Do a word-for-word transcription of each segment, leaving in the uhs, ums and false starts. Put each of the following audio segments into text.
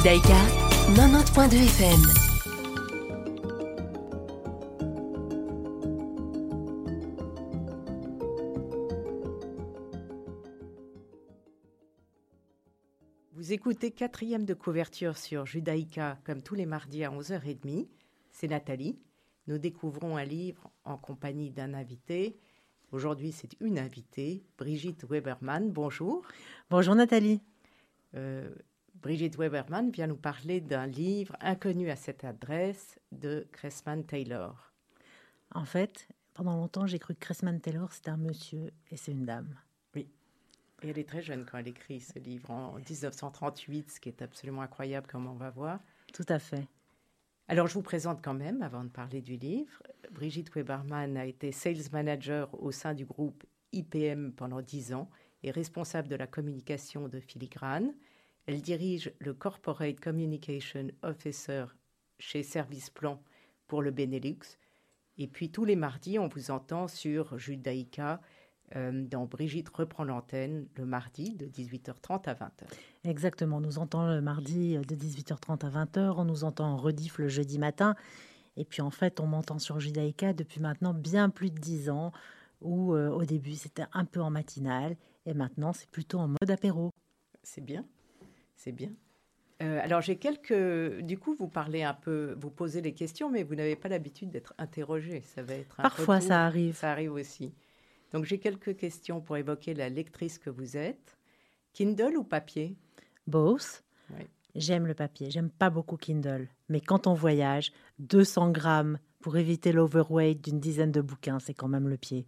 Judaïka, quatre-vingt-dix point deux F M. Vous écoutez quatrième de couverture sur Judaïka, comme tous les mardis à onze heures trente. C'est Nathalie. Nous découvrons un livre en compagnie d'un invité. Aujourd'hui, c'est une invitée, Brigitte Weberman. Bonjour. Bonjour Nathalie. Euh, Brigitte Weberman vient nous parler d'un livre inconnu à cette adresse de Cressman Taylor. En fait, pendant longtemps, j'ai cru que Cressman Taylor, c'était un monsieur et c'est une dame. Oui. Et elle est très jeune quand elle écrit ce livre, en dix-neuf cent trente-huit, ce qui est absolument incroyable, comme on va voir. Tout à fait. Alors, je vous présente quand même, avant de parler du livre. Brigitte Weberman a été sales manager au sein du groupe I P M pendant dix ans et responsable de la communication de Filigrane. Elle dirige le Corporate Communication Officer chez Service Plan pour le Benelux. Et puis, tous les mardis, on vous entend sur Judaïka, Euh, dans Brigitte reprend l'antenne le mardi de dix-huit heures trente à vingt heures. Exactement, on nous entend le mardi de dix-huit heures trente à vingt heures, on nous entend en rediff le jeudi matin, et puis en fait on m'entend sur Judaïka depuis maintenant bien plus de dix ans, où euh, au début c'était un peu en matinale, et maintenant c'est plutôt en mode apéro. C'est bien, c'est bien. Euh, alors j'ai quelques... Du coup vous parlez un peu, vous posez les questions, mais vous n'avez pas l'habitude d'être interrogé. Ça va être un Parfois retour. ça arrive. Ça arrive aussi. Donc, j'ai quelques questions pour évoquer la lectrice que vous êtes. Kindle ou papier? Both. Oui. J'aime le papier, j'aime pas beaucoup Kindle. Mais quand on voyage, deux cents grammes pour éviter l'overweight d'une dizaine de bouquins, c'est quand même le pied.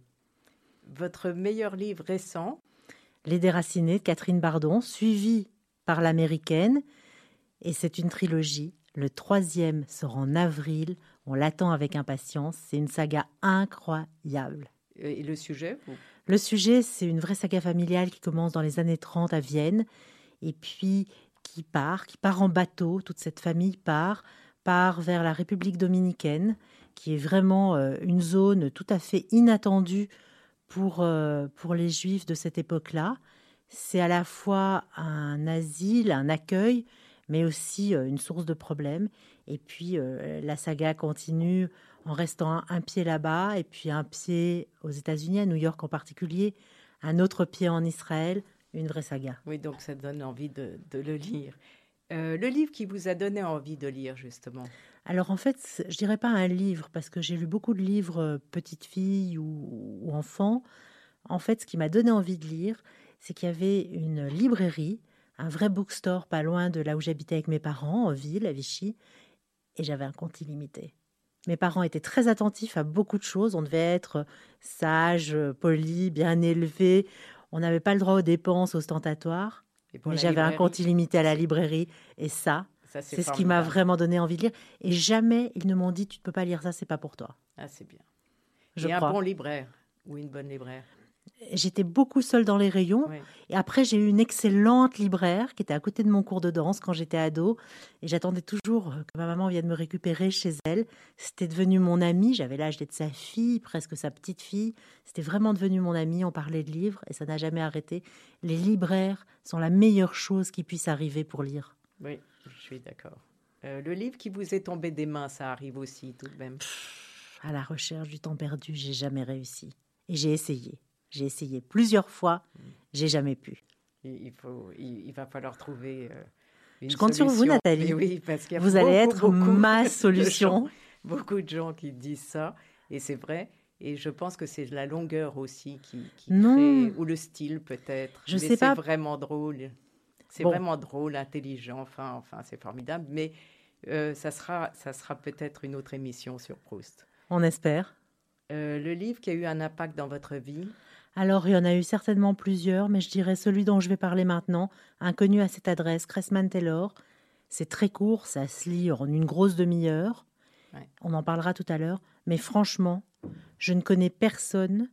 Votre meilleur livre récent? Les Déracinés de Catherine Bardon, suivi par l'américaine. Et c'est une trilogie. Le troisième sort en avril. On l'attend avec impatience. C'est une saga incroyable. Et le sujet vous... Le sujet, c'est une vraie saga familiale qui commence dans les années trente à Vienne et puis qui part, qui part en bateau. Toute cette famille part, part vers la République dominicaine, qui est vraiment euh, une zone tout à fait inattendue pour, euh, pour les Juifs de cette époque-là. C'est à la fois un asile, un accueil, mais aussi euh, une source de problèmes. Et puis, euh, la saga continue en restant un, un pied là-bas et puis un pied aux États-Unis, à New York en particulier, un autre pied en Israël, une vraie saga. Oui, donc ça donne envie de, de le lire. Euh, le livre qui vous a donné envie de lire, justement? Alors, en fait, je dirais pas un livre, parce que j'ai lu beaucoup de livres euh, petites filles ou, ou enfants. En fait, ce qui m'a donné envie de lire, c'est qu'il y avait une librairie, un vrai bookstore pas loin de là où j'habitais avec mes parents, en ville, à Vichy, et j'avais un compte illimité. Mes parents étaient très attentifs à beaucoup de choses. On devait être sage, poli, bien élevé. On n'avait pas le droit aux dépenses ostentatoires. Mais j'avais un compte illimité à la librairie. Et ça, ça c'est, c'est ce qui m'a vraiment donné envie de lire. Et jamais ils ne m'ont dit « tu ne peux pas lire ça, c'est pas pour toi ». Ah, c'est bien. Je et crois. Un bon libraire ou une bonne libraire? J'étais beaucoup seule dans les rayons. Oui. Et après, j'ai eu une excellente libraire qui était à côté de mon cours de danse quand j'étais ado. Et j'attendais toujours que ma maman vienne me récupérer chez elle. C'était devenu mon amie. J'avais l'âge d'être sa fille, presque sa petite fille. C'était vraiment devenu mon amie. On parlait de livres et ça n'a jamais arrêté. Les libraires sont la meilleure chose qui puisse arriver pour lire. Oui, je suis d'accord. Euh, le livre qui vous est tombé des mains, ça arrive aussi tout de même. Pff, à la recherche du temps perdu, j'ai jamais réussi. Et j'ai essayé. J'ai essayé plusieurs fois, j'ai jamais pu. Il, faut, il, il va falloir trouver euh, une Je compte solution. sur vous, Nathalie. Oui, parce qu'il y a vous beaucoup, allez être beaucoup ma solution. De gens, beaucoup de gens qui disent ça, et c'est vrai. Et je pense que c'est la longueur aussi qui, qui crée, ou le style peut-être. Je mais sais c'est pas. vraiment drôle. C'est bon. vraiment drôle, intelligent. Enfin, enfin, c'est formidable. Mais euh, ça sera, ça sera peut-être une autre émission sur Proust. On espère. Euh, le livre qui a eu un impact dans votre vie? Alors, il y en a eu certainement plusieurs, mais je dirais celui dont je vais parler maintenant, inconnu à cette adresse, Cressman Taylor. C'est très court, ça se lit en une grosse demi-heure. Ouais. On en parlera tout à l'heure. Mais franchement, je ne connais personne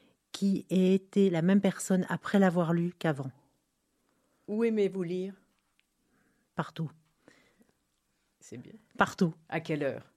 qui ait été la même personne après l'avoir lu qu'avant. Où aimez-vous lire? Partout. C'est bien. Partout. À quelle heure?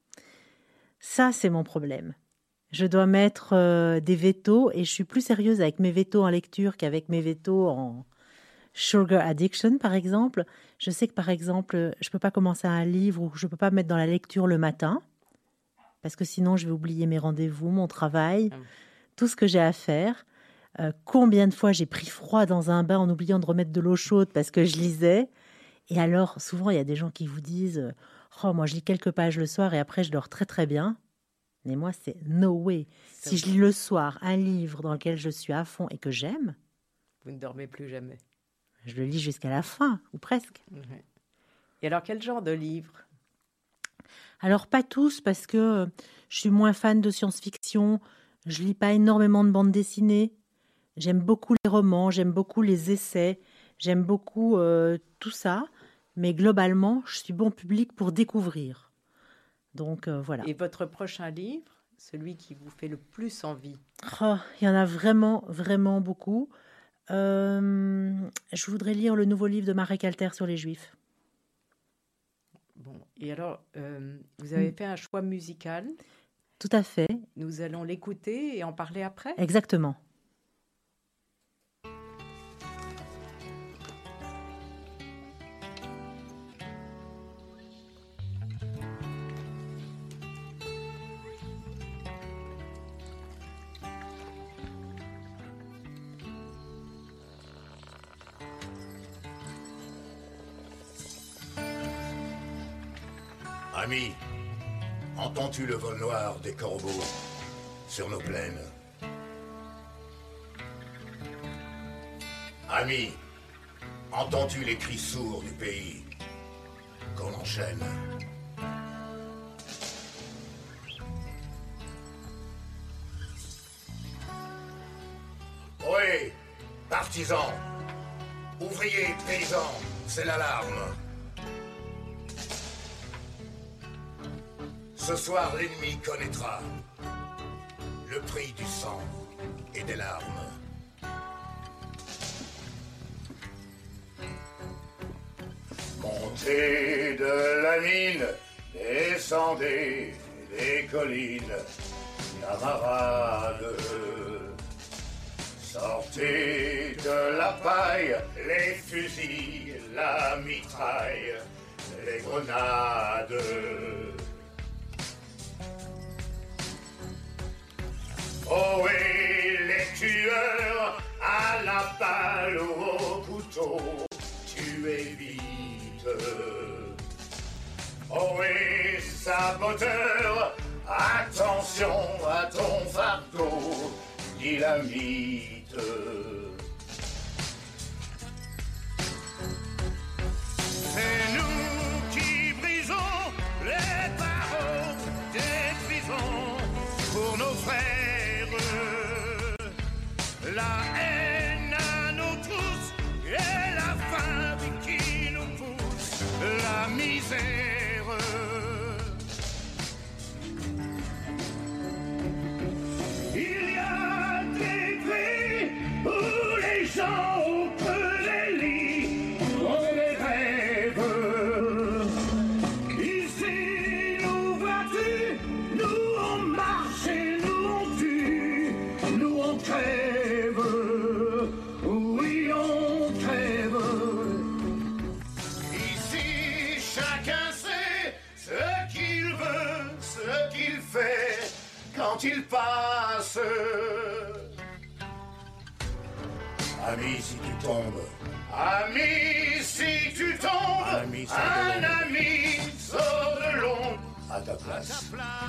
Ça, c'est mon problème. Je dois mettre euh, des vétos et je suis plus sérieuse avec mes vétos en lecture qu'avec mes vétos en... Sugar Addiction, par exemple. Je sais que, par exemple, je ne peux pas commencer un livre ou je ne peux pas me mettre dans la lecture le matin parce que sinon, je vais oublier mes rendez-vous, mon travail, Hum. tout ce que j'ai à faire. Euh, combien de fois j'ai pris froid dans un bain en oubliant de remettre de l'eau chaude parce que je lisais. Et alors, souvent, il y a des gens qui vous disent « Oh, moi, je lis quelques pages le soir et après, je dors très, très bien. » Mais moi, c'est no way. C'est Si je lis le soir un livre dans lequel je suis à fond et que j'aime, Vous ne dormez plus jamais. je le lis jusqu'à la fin, ou presque. Ouais. Et alors, quel genre de livre? Alors, pas tous, parce que euh, je suis moins fan de science-fiction. Je lis pas énormément de bandes dessinées. J'aime beaucoup les romans, j'aime beaucoup les essais, j'aime beaucoup euh, tout ça. Mais globalement, je suis bon public pour découvrir. Donc, euh, voilà. Et votre prochain livre, celui qui vous fait le plus envie? Oh, il y en a vraiment, vraiment beaucoup. Euh, je voudrais lire le nouveau livre de Marek Alter sur les Juifs. Bon, et alors, euh, vous avez Mm. fait un choix musical. Tout à fait, Nous allons l'écouter et en parler après. exactement. Ami, entends-tu le vol noir des corbeaux sur nos plaines? Ami, entends-tu les cris sourds du pays qu'on enchaîne? Oui, partisans, ouvriers, paysans, c'est l'alarme. Ce soir, l'ennemi connaîtra le prix du sang et des larmes. Montez de la mine, descendez des collines, camarades. Sortez de la paille, les fusils, la mitraille, les grenades. Oh et les tueurs, à la balle ou au couteau, tuez vite. Oh et saboteur, attention à ton fardeau, dynamite. C'est nous qui brisons les barreaux des prisons pour nos frères. La haine à nous tous et la faim qui nous pousse, la misère. Il y a des pays où les gens ont peu les lits, ont des rêves. Ici, nous vois-tu, nous on marche et nous on tue, nous on crève. Oui, on crève. Ici, chacun sait ce qu'il veut, ce qu'il fait quand il passe. Ami, si tu tombes. Ami, si tu tombes. Ami, un ami sort de l'ombre à ta place.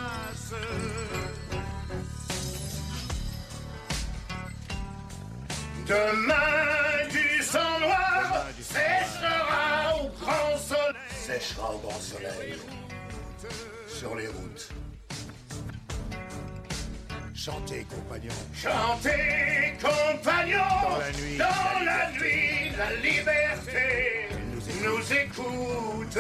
Demain, du sang noir séchera au grand soleil. Séchera au grand soleil. Sur les routes. Chantez, compagnons. Chantez, compagnons. Dans la nuit, dans la, nuit la liberté nous, nous écoute.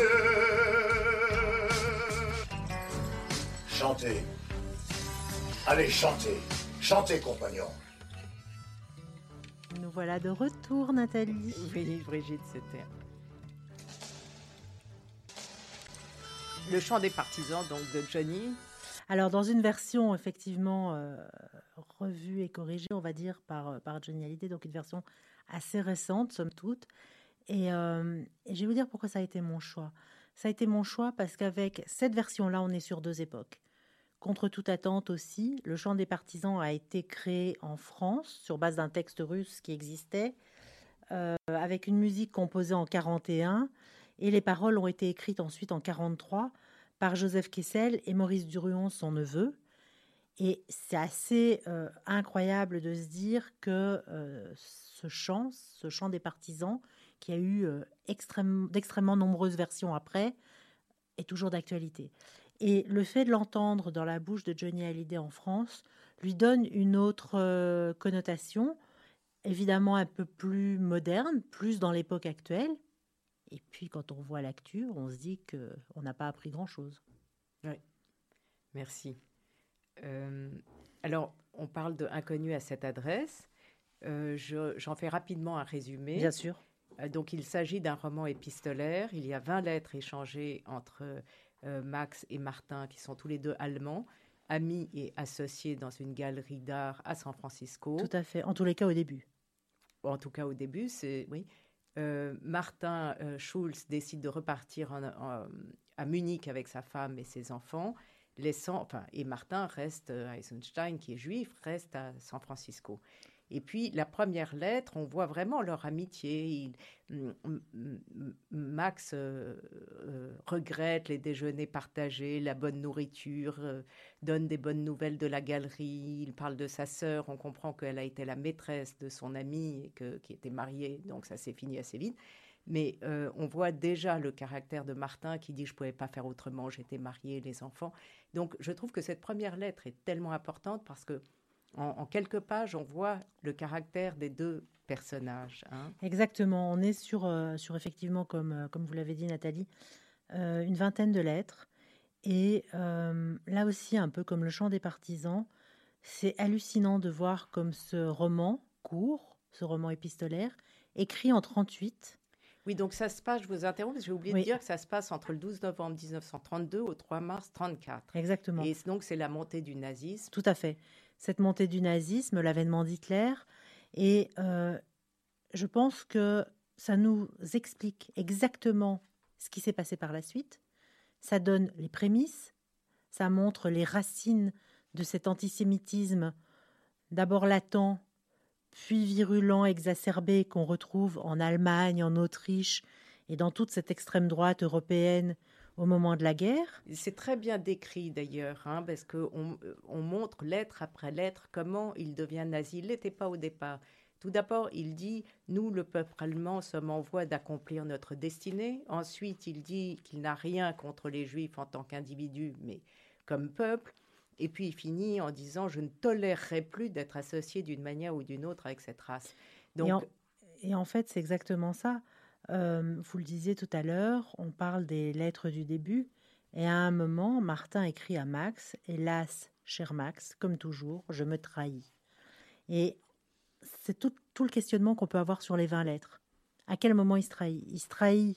Chantez. Allez, chantez. Chantez, compagnons. Nous voilà de retour, Nathalie. Oui, Brigitte, c'était le chant des partisans, donc de Johnny. Alors, dans une version, effectivement, euh, revue et corrigée, on va dire, par, par Johnny Hallyday, donc une version assez récente, somme toute. Et, euh, et je vais vous dire pourquoi ça a été mon choix. Ça a été mon choix parce qu'avec cette version-là, on est sur deux époques. Contre toute attente aussi, le chant des partisans a été créé en France sur base d'un texte russe qui existait, euh, avec une musique composée en quarante et un, et les paroles ont été écrites ensuite en quarante-trois par Joseph Kessel et Maurice Duruon, son neveu. Et c'est assez euh, incroyable de se dire que euh, ce chant, ce chant des partisans, qui a eu euh, extrême, d'extrêmement nombreuses versions après, est toujours d'actualité. Et le fait de l'entendre dans la bouche de Johnny Hallyday en France lui donne une autre euh, connotation, évidemment un peu plus moderne, plus dans l'époque actuelle. Et puis quand on voit l'actu, on se dit qu'on n'a pas appris grand-chose. Oui, merci. Euh, alors, on parle de Inconnu à cette adresse. Euh, je, j'en fais rapidement un résumé. Bien sûr. Euh, donc, il s'agit d'un roman épistolaire. Il y a vingt lettres échangées entre euh, Max et Martin, qui sont tous les deux allemands, amis et associés dans une galerie d'art à San Francisco. Tout à fait. En tous les cas, au début. En tout cas, au début, c'est... oui. Euh, Martin euh, Schulz décide de repartir en, en, à Munich avec sa femme et ses enfants. Laissant, enfin, et Martin reste, euh, Eisenstein, qui est juif, reste à San Francisco. Et puis, la première lettre, on voit vraiment leur amitié. Il, m, m, Max euh, euh, regrette les déjeuners partagés, la bonne nourriture, euh, donne des bonnes nouvelles de la galerie. Il parle de sa sœur. On comprend qu'elle a été la maîtresse de son ami et que, qui était mariée, donc ça s'est fini assez vite. Mais euh, on voit déjà le caractère de Martin qui dit « je ne pouvais pas faire autrement, j'étais mariée, les enfants ». Donc, je trouve que cette première lettre est tellement importante parce que en, en quelques pages, on voit le caractère des deux personnages. Hein. Exactement. On est sur, euh, sur effectivement, comme, euh, comme vous l'avez dit, Nathalie, euh, une vingtaine de lettres. Et euh, là aussi, un peu comme le chant des partisans, c'est hallucinant de voir comme ce roman court, ce roman épistolaire, écrit en trente-huit. Oui, donc ça se passe, je vous interromps, parce que j'ai oublié Oui. de dire que ça se passe entre le douze novembre dix-neuf cent trente-deux au trois mars trente-quatre. Exactement. Et donc, c'est la montée du nazisme. Tout à fait. Cette montée du nazisme, l'avènement d'Hitler. Et euh, je pense que ça nous explique exactement ce qui s'est passé par la suite. Ça donne les prémices, ça montre les racines de cet antisémitisme, d'abord latent, puis virulent, exacerbé, qu'on retrouve en Allemagne, en Autriche et dans toute cette extrême droite européenne au moment de la guerre. C'est très bien décrit d'ailleurs, hein, parce qu'on on montre lettre après lettre comment il devient nazi. Il n'était pas au départ. Tout d'abord, il dit « Nous, le peuple allemand, sommes en voie d'accomplir notre destinée ». Ensuite, il dit qu'il n'a rien contre les Juifs en tant qu'individus, mais comme peuple. Et puis, il finit en disant « Je ne tolérerai plus d'être associé d'une manière ou d'une autre avec cette race ». Donc, et, en, et en fait, c'est exactement ça. Euh, vous le disiez tout à l'heure, on parle des lettres du début. Et à un moment, Martin écrit à Max « Hélas, cher Max, comme toujours, je me trahis ». Et c'est tout, tout le questionnement qu'on peut avoir sur les vingt lettres. À quel moment il se trahit ? Il se trahit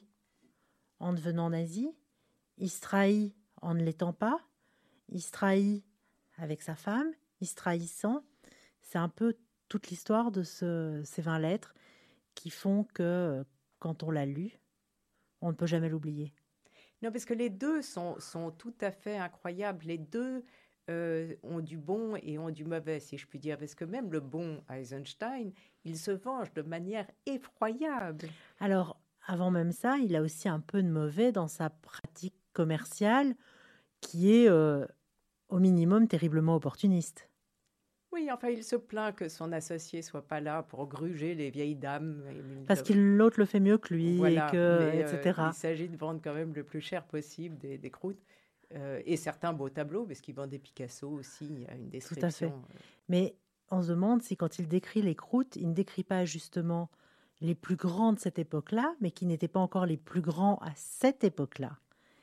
en devenant nazi, il se trahit en ne l'étant pas, il se trahit avec sa femme, il se trahit sans. C'est un peu toute l'histoire de ce, ces vingt lettres qui font que, quand on l'a lu, on ne peut jamais l'oublier. Non, parce que les deux sont, sont tout à fait incroyables. Les deux euh, ont du bon et ont du mauvais, si je puis dire. Parce que même le bon Eisenstein, il se venge de manière effroyable. Alors, avant même ça, il a aussi un peu de mauvais dans sa pratique commerciale qui est, euh, au minimum, terriblement opportuniste. Oui, enfin, il se plaint que son associé soit pas là pour gruger les vieilles dames. Parce que l'autre le fait mieux que lui, voilà, et, que, mais, et cetera. Euh, il s'agit de vendre quand même le plus cher possible des, des croûtes. Euh, et certains beaux tableaux, parce qu'il vend des Picasso aussi, il y a une description. Tout à fait. Mais on se demande si quand il décrit les croûtes, il ne décrit pas justement les plus grands de cette époque-là, mais qui n'étaient pas encore les plus grands à cette époque-là,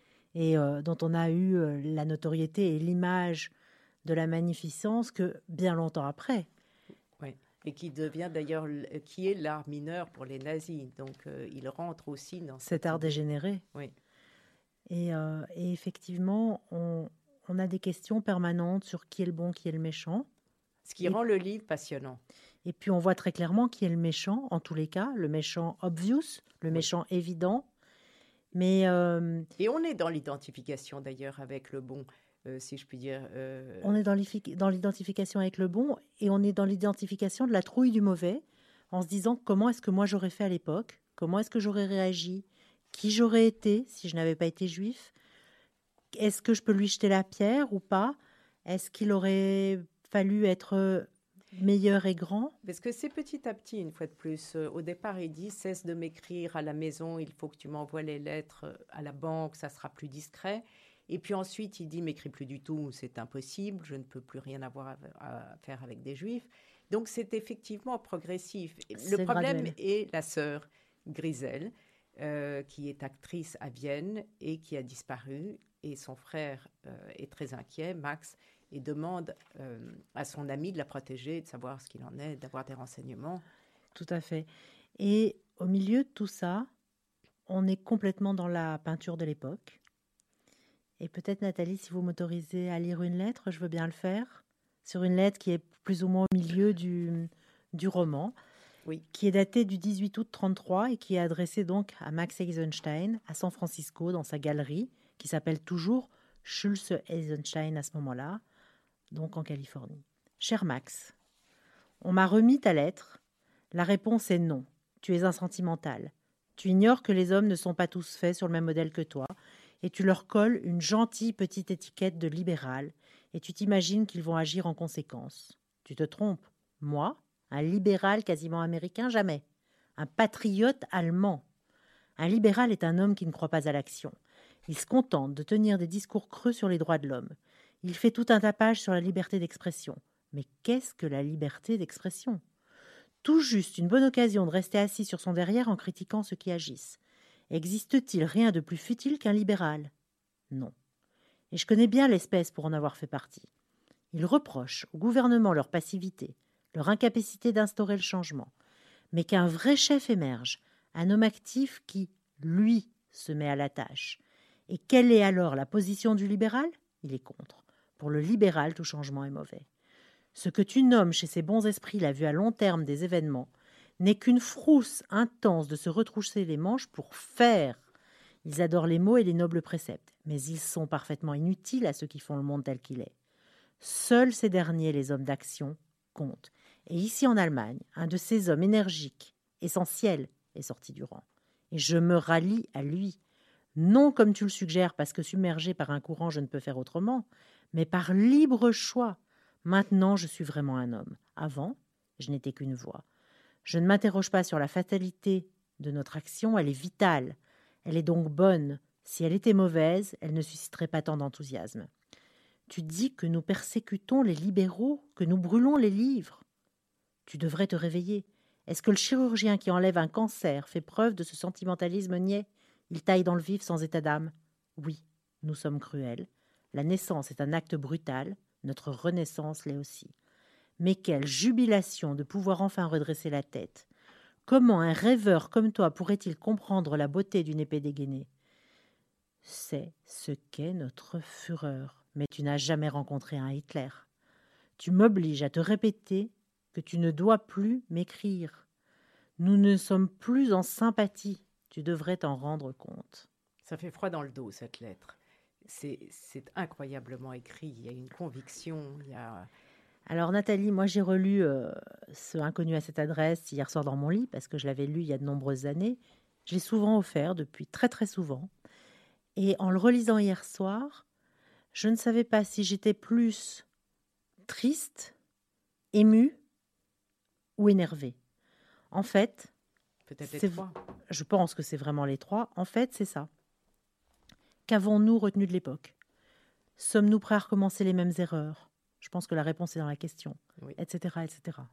et euh, dont on a eu euh, la notoriété et l'image de la magnificence que bien longtemps après. Oui, et qui devient d'ailleurs, qui est l'art mineur pour les nazis. Donc, euh, il rentre aussi dans cet art dégénéré. Oui. Et, euh, et effectivement, on, on a des questions permanentes sur qui est le bon, qui est le méchant. Ce qui Et- rend le livre passionnant. Et puis on voit très clairement qui est le méchant, en tous les cas, le méchant obvious, le Oui. méchant évident. Mais euh, Et on est dans l'identification d'ailleurs avec le bon, euh, si je puis dire. euh, on est dans l'identifi- dans l'identification avec le bon et on est dans l'identification de la trouille du mauvais, en se disant comment est-ce que moi j'aurais fait à l'époque, comment est-ce que j'aurais réagi, qui j'aurais été si je n'avais pas été juif, est-ce que je peux lui jeter la pierre ou pas, est-ce qu'il aurait fallu être meilleur et grand. Parce que c'est petit à petit, une fois de plus. Euh, Au départ, il dit cesse de m'écrire à la maison, il faut que tu m'envoies les lettres euh, à la banque, ça sera plus discret. Et puis ensuite, il dit m'écris plus du tout, c'est impossible, je ne peux plus rien avoir à, à faire avec des juifs. Donc c'est effectivement progressif. Et C'est Le problème graduel. est la sœur Griselle, euh, qui est actrice à Vienne et qui a disparu. Et son frère euh, est très inquiet, Max, et demande euh, à son ami de la protéger, de savoir ce qu'il en est, d'avoir des renseignements. Tout à fait. Et au milieu de tout ça, on est complètement dans la peinture de l'époque. Et peut-être, Nathalie, si vous m'autorisez à lire une lettre, je veux bien le faire, sur une lettre qui est plus ou moins au milieu du, du roman, Oui. qui est datée du dix-huit août trente-trois et qui est adressée donc à Max Eisenstein, à San Francisco, dans sa galerie, qui s'appelle toujours Schulze Eisenstein à ce moment-là, donc en Californie. Cher Max, on m'a remis ta lettre. La réponse est non. Tu es un sentimental. Tu ignores que les hommes ne sont pas tous faits sur le même modèle que toi, et tu leur colles une gentille petite étiquette de libéral, et tu t'imagines qu'ils vont agir en conséquence. Tu te trompes. Moi, un libéral quasiment américain, jamais. Un patriote allemand. Un libéral est un homme qui ne croit pas à l'action. Il se contente de tenir des discours creux sur les droits de l'homme. Il fait tout un tapage sur la liberté d'expression. Mais qu'est-ce que la liberté d'expression ? Tout juste une bonne occasion de rester assis sur son derrière en critiquant ceux qui agissent. Existe-t-il rien de plus futile qu'un libéral ? Non. Et je connais bien l'espèce pour en avoir fait partie. Ils reprochent au gouvernement leur passivité, leur incapacité d'instaurer le changement, mais qu'un vrai chef émerge, un homme actif qui, lui, se met à la tâche. Et quelle est alors la position du libéral ? Il est contre. Pour le libéral, tout changement est mauvais. Ce que tu nommes chez ces bons esprits la vue à long terme des événements n'est qu'une frousse intense de se retrousser les manches pour faire. Ils adorent les mots et les nobles préceptes, mais ils sont parfaitement inutiles à ceux qui font le monde tel qu'il est. Seuls ces derniers, les hommes d'action, comptent. Et ici en Allemagne, un de ces hommes énergiques, essentiels, est sorti du rang. Et je me rallie à lui. Non comme tu le suggères, parce que submergé par un courant, je ne peux faire autrement, mais par libre choix. Maintenant, je suis vraiment un homme. Avant, je n'étais qu'une voix. Je ne m'interroge pas sur la fatalité de notre action, elle est vitale. Elle est donc bonne. Si elle était mauvaise, elle ne susciterait pas tant d'enthousiasme. Tu dis que nous persécutons les libéraux, que nous brûlons les livres. Tu devrais te réveiller. Est-ce que le chirurgien qui enlève un cancer fait preuve de ce sentimentalisme niais ? Il taille dans le vif sans état d'âme. Oui, nous sommes cruels. La naissance est un acte brutal. Notre renaissance l'est aussi. Mais quelle jubilation de pouvoir enfin redresser la tête. Comment un rêveur comme toi pourrait-il comprendre la beauté d'une épée dégainée ? C'est ce qu'est notre fureur. Mais tu n'as jamais rencontré un Hitler. Tu m'obliges à te répéter que tu ne dois plus m'écrire. Nous ne sommes plus en sympathie. Tu devrais t'en rendre compte. Ça fait froid dans le dos, cette lettre. C'est, c'est incroyablement écrit. Il y a une conviction. Il y a... Alors Nathalie, moi j'ai relu euh, ce Inconnu à cette adresse hier soir dans mon lit, parce que je l'avais lu il y a de nombreuses années. Je l'ai souvent offert, depuis très très souvent. Et en le relisant hier soir, je ne savais pas si j'étais plus triste, émue ou énervée. En fait, Peut-être les c'est- trois. je pense que c'est vraiment les trois. En fait, c'est ça. Qu'avons-nous retenu de l'époque ? Sommes-nous prêts à recommencer les mêmes erreurs ? Je pense que la réponse est dans la question, Oui. et cetera, et cetera.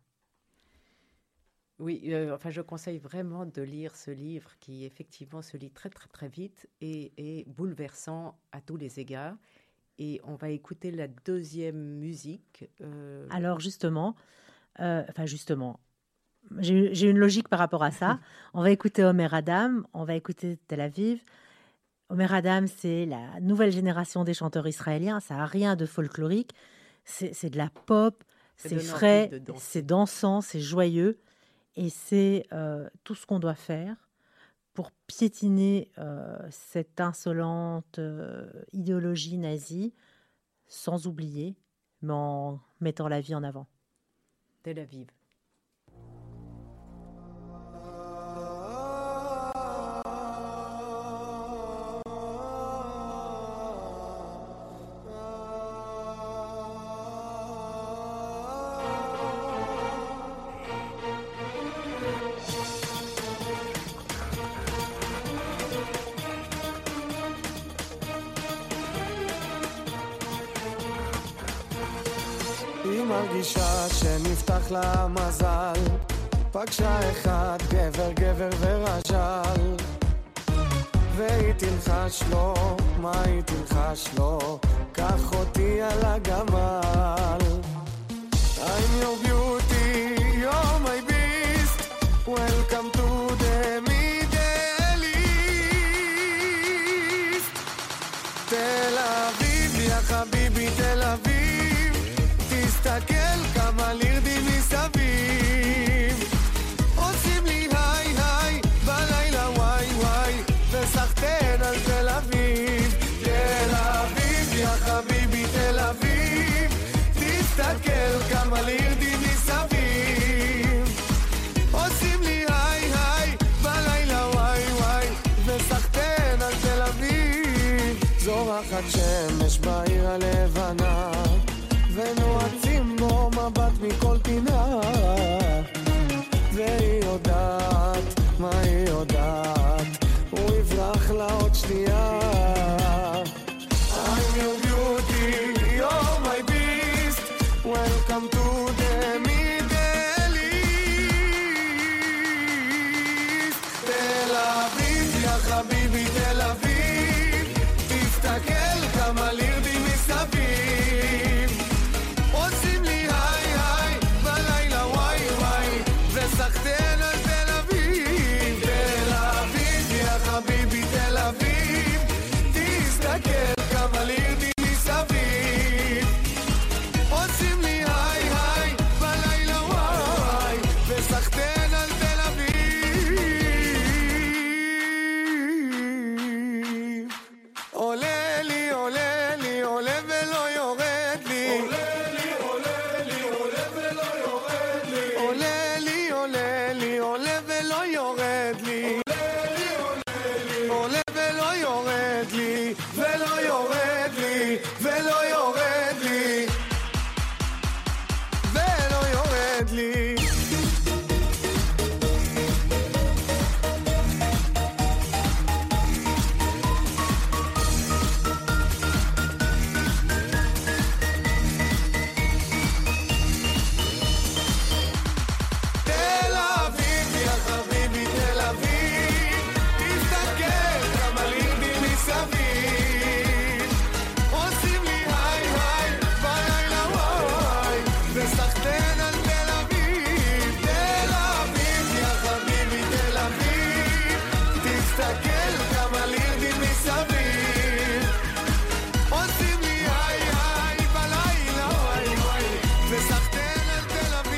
Oui, euh, enfin, je conseille vraiment de lire ce livre qui, effectivement, se lit très, très, très vite et est bouleversant à tous les égards. Et on va écouter la deuxième musique. euh, Alors justement, euh, enfin justement, j'ai j'ai une logique par rapport à ça. On va écouter Omer Adam, on va écouter Tel Aviv. Omer Adam, c'est la nouvelle génération des chanteurs israéliens. Ça n'a rien de folklorique. C'est c'est de la pop, c'est frais, c'est dansant, c'est joyeux, et c'est euh, tout ce qu'on doit faire pour piétiner euh, cette insolente euh, idéologie nazie, sans oublier, mais en mettant la vie en avant. Tel Aviv. היא מרגישה שנפתח לה מזל, פגשה אחד גבר גבר ורז'ל, והיא תלחש לו, מה היא תלחש לו, קח אותי על הגמל. I'm your beauty, you're my beast, welcome to the Middle East. תל אביב, יא חביבי תל אביב, תסתכל כמה לירדים מסביב, עושים לי היי היי בלילה וואי וואי, וסחטן על תל אביב. תל אביב, יא חביבי תל אביב, תסתכל כמה לירדים מסביב, עושים לי היי היי בלילה וואי וואי, וסחטן על תל אביב. זורחת שמש בעיר הלבנה, ונועצים בו מבט מכל פינה, והיא יודעת, מה היא יודעת, הוא יברח לה עוד שנייה. I'm your beauty, you're my beast, welcome to the Middle East. תל אביב, יא חביבי תל אביב, תסתכל כמה לירדים מסביב, עושים לי היי היי בלילה וואי וואי, וסחטן על תל אביב. תל אביב, יא חביבי תל אביב, תסתכל כמה לירדים מסביב, עושים לי היי היי בלילה וואי, וסחטן על תל אביב. עולה לי עולה לי עולה ולא יורד לי, עולה לי עולה לי עולה ולא יורד לי, עולה לי עולה לי עולה ולא יורד לי, עולה ולא יורד לי, ולא יורד לי, ולא יורד לי, ולא יורד לי. תל אביב, יא חביבי תל אביב, תסתכל כמה לירדים מסביב, עושים לי היי היי בלילה וואי, וסחטן על תל אביב. תל אביב, יא חביבי תל אביב, תסתכל כמה לירדים מסביב, עושים לי היי היי בלילה וואי וואי, וסחטן על תל אביב.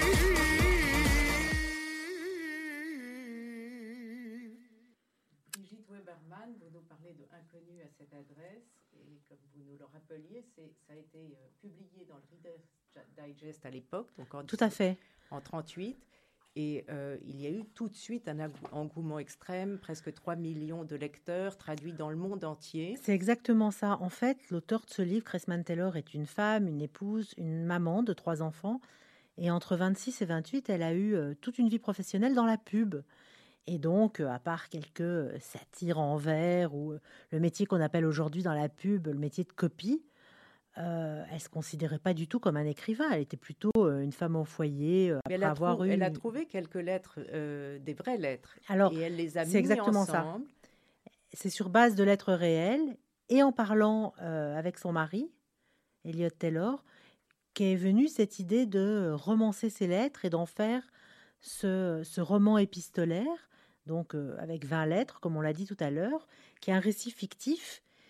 Brigitte Weberman, vous nous parlez de Inconnu à cette adresse, et comme vous nous le rappeliez, c'est, ça a été euh, publié dans le Reader's Digest à l'époque, donc en, Tout à fait. en trente-huit, et euh, il y a eu tout de suite un engou- engouement extrême, presque trois millions de lecteurs, traduits dans le monde entier. C'est exactement ça. En fait, l'auteur de ce livre, Cressman Taylor, est une femme, une épouse, une maman de trois enfants. Et entre vingt-six et vingt-huit, elle a eu euh, toute une vie professionnelle dans la pub. Et donc, euh, à part quelques euh, satires en vers ou euh, le métier qu'on appelle aujourd'hui dans la pub, le métier de copie, euh, elle ne se considérait pas du tout comme un écrivain. Elle était plutôt euh, une femme au foyer, euh, Mais après elle a, avoir trou- eu... elle a trouvé quelques lettres, euh, des vraies lettres, Alors, et elle les a c'est mises exactement ça. ensemble. C'est sur base de lettres réelles et en parlant euh, avec son mari, Elliot Taylor, qu'est venue cette idée de romancer ces lettres et d'en faire ce, ce roman épistolaire, donc euh, avec vingt lettres, comme on l'a dit tout à l'heure, qui est un récit fictif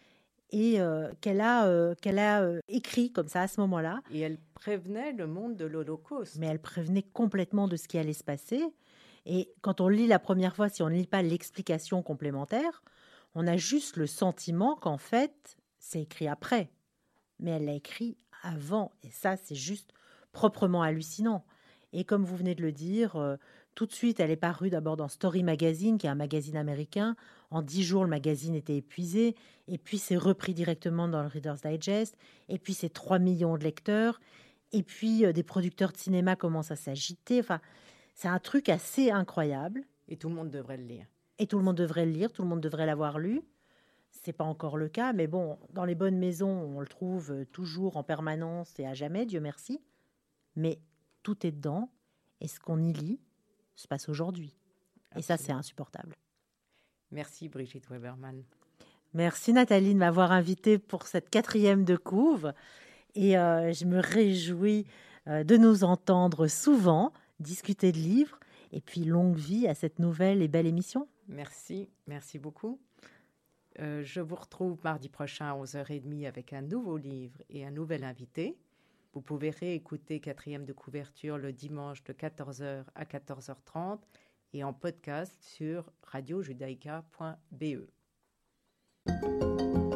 et euh, qu'elle a, euh, qu'elle a euh, écrit comme ça à ce moment-là. Et elle prévenait le monde de l'Holocauste. Mais elle prévenait complètement de ce qui allait se passer. Et quand on lit la première fois, si on ne lit pas l'explication complémentaire, on a juste le sentiment qu'en fait, c'est écrit après. Mais elle l'a écrit avant. Et ça, c'est juste proprement hallucinant. Et comme vous venez de le dire, euh, tout de suite, elle est parue d'abord dans Story Magazine, qui est un magazine américain. En dix jours, le magazine était épuisé. Et puis, c'est repris directement dans le Reader's Digest. Et puis, c'est trois millions de lecteurs. Et puis, euh, des producteurs de cinéma commencent à s'agiter. Enfin, c'est un truc assez incroyable. Et tout le monde devrait le lire. Et tout le monde devrait le lire, tout le monde devrait l'avoir lu. C'est pas encore le cas, mais bon, dans les bonnes maisons, on le trouve toujours en permanence et à jamais, Dieu merci. Mais tout est dedans, et ce qu'on y lit se passe aujourd'hui. Et ça, c'est insupportable. Merci Brigitte Weberman. Merci Nathalie de m'avoir invitée pour cette quatrième de couve. Et euh, je me réjouis euh, de nous entendre souvent discuter de livres. Et puis longue vie à cette nouvelle et belle émission. Merci, merci beaucoup. Euh, je vous retrouve mardi prochain à onze heures trente avec un nouveau livre et un nouvel invité. Vous pouvez réécouter quatrième de couverture le dimanche de quatorze heures à quatorze heures trente et en podcast sur radio judaïka point b e.